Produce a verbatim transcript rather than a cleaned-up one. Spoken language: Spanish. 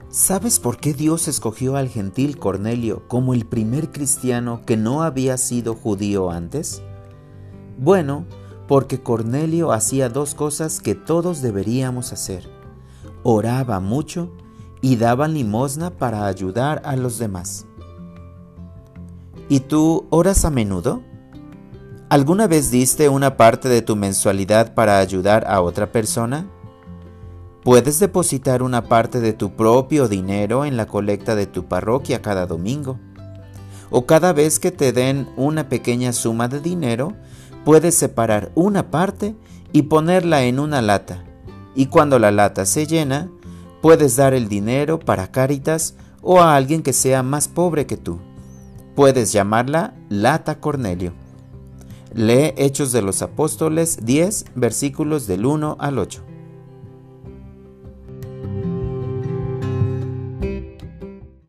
¿Sabes por qué Dios escogió al gentil Cornelio como el primer cristiano que no había sido judío antes? Bueno, porque Cornelio hacía dos cosas que todos deberíamos hacer. Oraba mucho y daba limosna para ayudar a los demás. ¿Y tú oras a menudo? ¿Alguna vez diste una parte de tu mensualidad para ayudar a otra persona? Puedes depositar una parte de tu propio dinero en la colecta de tu parroquia cada domingo. O cada vez que te den una pequeña suma de dinero, puedes separar una parte y ponerla en una lata. Y cuando la lata se llena, puedes dar el dinero para Cáritas o a alguien que sea más pobre que tú. Puedes llamarla Lata Cornelio. Lee Hechos de los Apóstoles diez, versículos del uno al ocho.